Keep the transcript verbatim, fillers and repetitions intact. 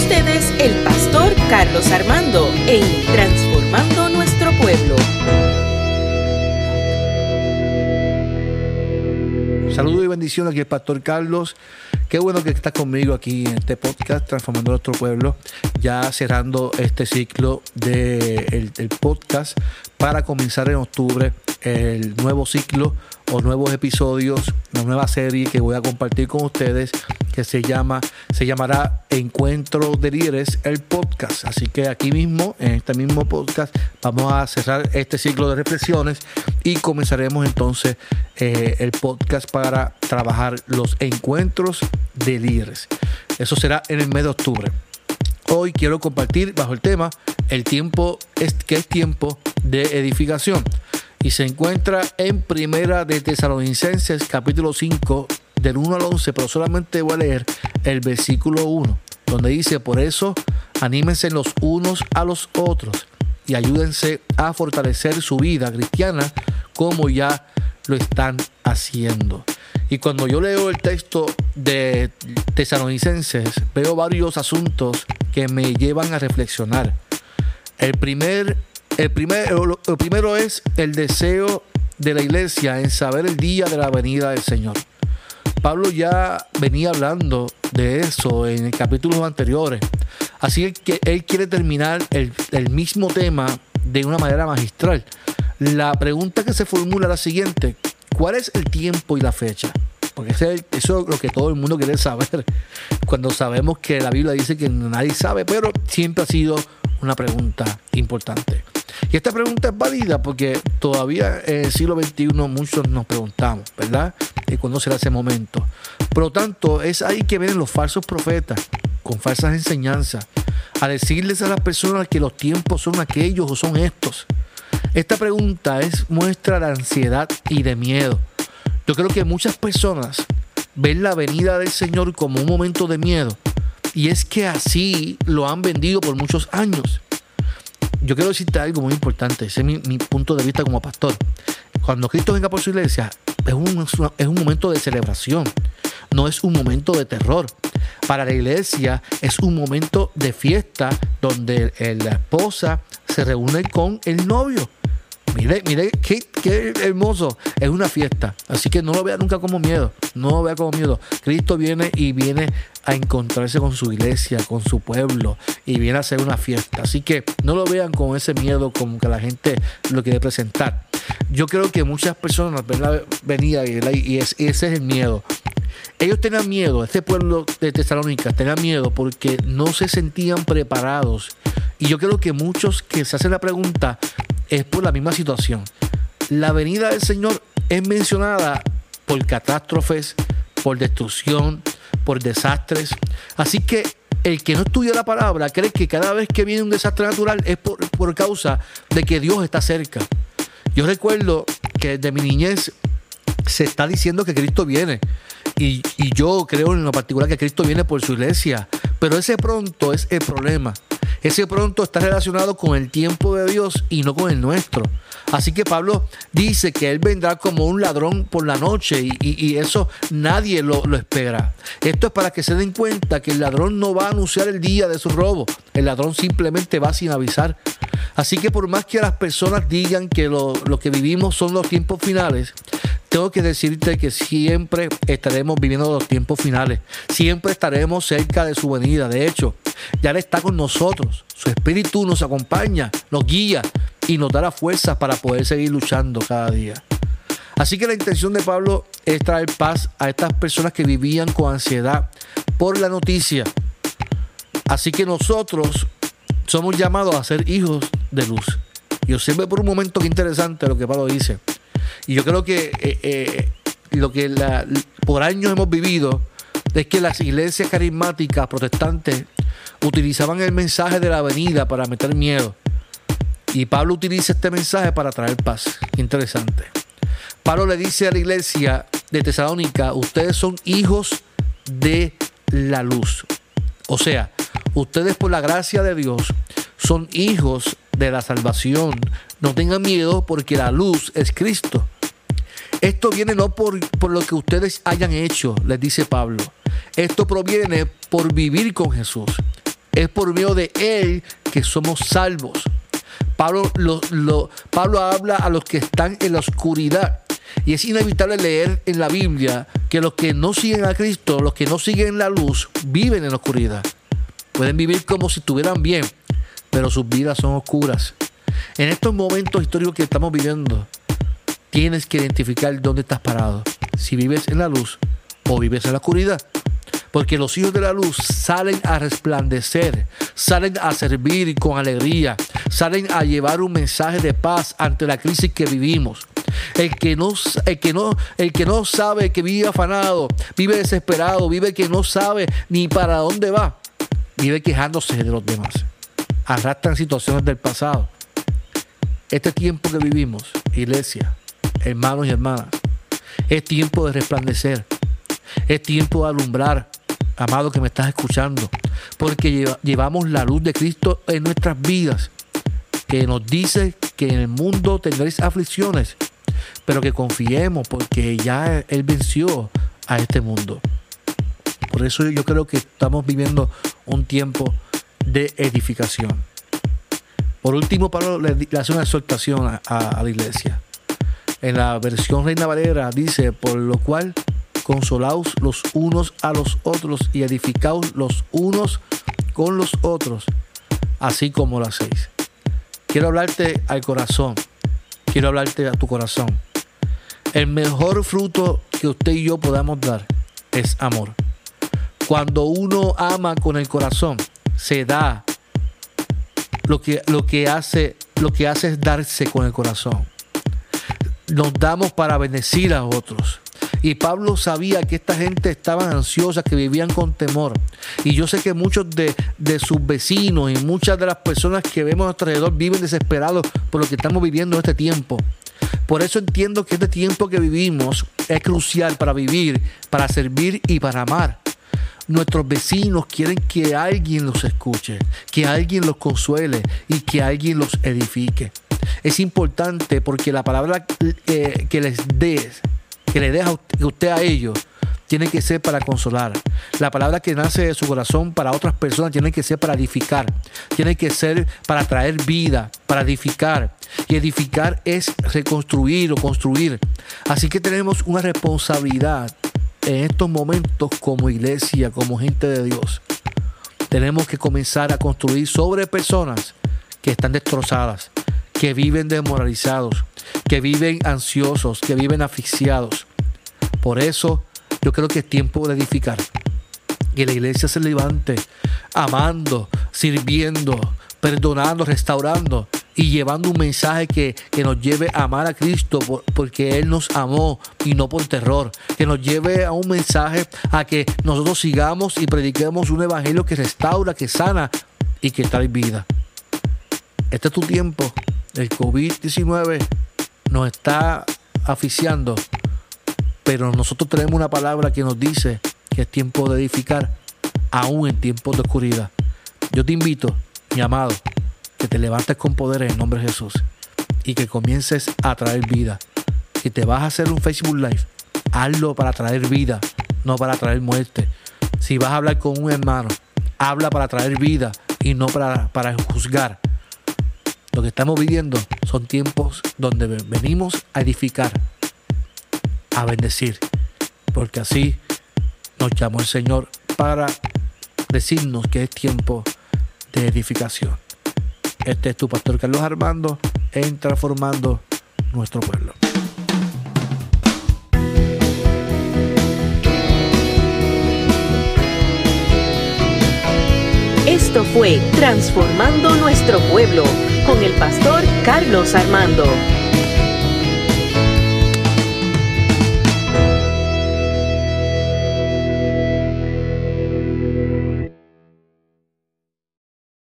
ustedes el pastor Carlos Armando en Transformando Nuestro Pueblo. Saludos y bendiciones, aquí el pastor Carlos. Qué bueno que estás conmigo aquí en este podcast Transformando Nuestro Pueblo, ya cerrando este ciclo del de podcast para comenzar en octubre el nuevo ciclo o nuevos episodios, una nueva serie que voy a compartir con ustedes que se llama se llamará Encuentro de Líderes, el podcast. Así que aquí mismo, en este mismo podcast, vamos a cerrar este ciclo de reflexiones y comenzaremos entonces eh, el podcast para trabajar los encuentros de líderes. Eso será en el mes de octubre. Hoy quiero compartir bajo el tema el tiempo es que es tiempo de edificación. Y se encuentra en Primera de Tesalonicenses, capítulo cinco, del uno al once, pero solamente voy a leer el versículo uno, donde dice: por eso, anímense los unos a los otros y ayúdense a fortalecer su vida cristiana como ya lo están haciendo. Y cuando yo leo el texto de Tesalonicenses, veo varios asuntos que me llevan a reflexionar. El primer El, primer, el primero es el deseo de la iglesia en saber el día de la venida del Señor. Pablo ya venía hablando de eso en capítulos anteriores. Así que él quiere terminar el, el mismo tema de una manera magistral. La pregunta que se formula es la siguiente: ¿cuál es el tiempo y la fecha? Porque eso es lo que todo el mundo quiere saber, cuando sabemos que la Biblia dice que nadie sabe, pero siempre ha sido una pregunta importante. Y esta pregunta es válida porque todavía en el siglo veintiuno muchos nos preguntamos, ¿verdad? ¿Y cuándo será ese momento? Por lo tanto, es ahí que vienen los falsos profetas con falsas enseñanzas a decirles a las personas que los tiempos son aquellos o son estos. Esta pregunta es muestra de ansiedad y de miedo. Yo creo que muchas personas ven la venida del Señor como un momento de miedo, y es que así lo han vendido por muchos años. Yo quiero decirte algo muy importante, ese es mi, mi punto de vista como pastor. Cuando Cristo venga por su iglesia, es un, es un momento de celebración, no es un momento de terror. Para la iglesia es un momento de fiesta donde la esposa se reúne con el novio. Mire, mire, qué, qué hermoso. Es una fiesta. Así que no lo vea nunca como miedo. No lo vea como miedo. Cristo viene y viene a encontrarse con su iglesia, con su pueblo, y viene a hacer una fiesta. Así que no lo vean con ese miedo como que la gente lo quiere presentar. Yo creo que muchas personas venían y, es, y ese es el miedo. Ellos tenían miedo, este pueblo de Tesalónica tenía miedo porque no se sentían preparados. Y yo creo que muchos que se hacen la pregunta es por la misma situación. La venida del Señor es mencionada por catástrofes, por destrucción, por desastres. Así que el que no estudia la palabra cree que cada vez que viene un desastre natural es por, por causa de que Dios está cerca. Yo recuerdo que desde mi niñez se está diciendo que Cristo viene. Y, y yo creo en lo particular que Cristo viene por su iglesia. Pero ese pronto es el problema. Ese pronto está relacionado con el tiempo de Dios y no con el nuestro. Así que Pablo dice que Él vendrá como un ladrón por la noche y, y, y eso nadie lo, lo espera. Esto es para que se den cuenta que el ladrón no va a anunciar el día de su robo. El ladrón simplemente va sin avisar. Así que por más que las personas digan que lo, lo que vivimos son los tiempos finales, tengo que decirte que siempre estaremos viviendo los tiempos finales. Siempre estaremos cerca de su venida. De hecho, ya Él está con nosotros. Su espíritu nos acompaña, nos guía y nos dará fuerzas para poder seguir luchando cada día. Así que la intención de Pablo es traer paz a estas personas que vivían con ansiedad por la noticia. Así que nosotros somos llamados a ser hijos de luz. Y observe por un momento qué interesante lo que Pablo dice. Y yo creo que eh, eh, lo que la, por años hemos vivido es que las iglesias carismáticas protestantes utilizaban el mensaje de la venida para meter miedo. Y Pablo utiliza este mensaje para traer paz. Interesante. Pablo le dice a la iglesia de Tesalónica: ustedes son hijos de la luz. O sea, ustedes por la gracia de Dios son hijos de la salvación. No tengan miedo porque la luz es Cristo. Esto viene no por, por lo que ustedes hayan hecho, les dice Pablo. Esto proviene por vivir con Jesús. Es por medio de Él que somos salvos. Pablo, lo, lo, Pablo habla a los que están en la oscuridad. Y es inevitable leer en la Biblia que los que no siguen a Cristo, los que no siguen la luz, viven en la oscuridad. Pueden vivir como si estuvieran bien, pero sus vidas son oscuras. En estos momentos históricos que estamos viviendo, tienes que identificar dónde estás parado. Si vives en la luz o vives en la oscuridad. Porque los hijos de la luz salen a resplandecer, salen a servir con alegría, salen a llevar un mensaje de paz ante la crisis que vivimos. El que no, el que no, el que no sabe, que vive afanado, vive desesperado, vive que no sabe ni para dónde va, vive quejándose de los demás. Arrastran situaciones del pasado. Este tiempo que vivimos, iglesia, hermanos y hermanas, es tiempo de resplandecer. Es tiempo de alumbrar, amado que me estás escuchando, porque lleva, llevamos la luz de Cristo en nuestras vidas, que nos dice que en el mundo tendréis aflicciones, pero que confiemos porque ya Él venció a este mundo. Por eso yo creo que estamos viviendo un tiempo de edificación. Por último, Pablo le, le hace una exhortación a, a, a la iglesia. En la versión Reina Valera dice, por lo cual consolaos los unos a los otros y edificaos los unos con los otros, así como lo hacéis. Quiero hablarte al corazón. Quiero hablarte a tu corazón. El mejor fruto que usted y yo podamos dar es amor. Cuando uno ama con el corazón, se da. Lo que, lo que hace, lo que hace es darse con el corazón. Nos damos para bendecir a otros. Y Pablo sabía que esta gente estaba ansiosa, que vivían con temor. Y yo sé que muchos de, de sus vecinos y muchas de las personas que vemos a nuestro alrededor viven desesperados por lo que estamos viviendo en este tiempo. Por eso entiendo que este tiempo que vivimos es crucial para vivir, para servir y para amar. Nuestros vecinos quieren que alguien los escuche, que alguien los consuele y que alguien los edifique. Es importante porque la palabra eh, que les des, que le deja usted a ellos, tiene que ser para consolar. La palabra que nace de su corazón para otras personas tiene que ser para edificar. Tiene que ser para traer vida, para edificar. Y edificar es reconstruir o construir. Así que tenemos una responsabilidad en estos momentos como iglesia, como gente de Dios. Tenemos que comenzar a construir sobre personas que están destrozadas, que viven desmoralizados, que viven ansiosos, que viven asfixiados. Por eso yo creo que es tiempo de edificar. Que la iglesia se levante amando, sirviendo, perdonando, restaurando y llevando un mensaje que, que nos lleve a amar a Cristo por, porque Él nos amó y no por terror. Que nos lleve a un mensaje a que nosotros sigamos y prediquemos un evangelio que restaura, que sana y que trae vida. Este es tu tiempo. El covid diecinueve nos está asfixiando, pero nosotros tenemos una palabra que nos dice que es tiempo de edificar, aún en tiempos de oscuridad. Yo te invito, mi amado, que te levantes con poder en el nombre de Jesús y que comiences a traer vida. Si te vas a hacer un Facebook Live, hazlo para traer vida, no para traer muerte. Si vas a hablar con un hermano, habla para traer vida y no para, para juzgar. Lo que estamos viviendo son tiempos donde venimos a edificar, a bendecir, porque así nos llamó el Señor para decirnos que es tiempo de edificación. Este es tu pastor Carlos Armando en Transformando Nuestro Pueblo. Esto fue Transformando Nuestro Pueblo con el pastor Carlos Armando.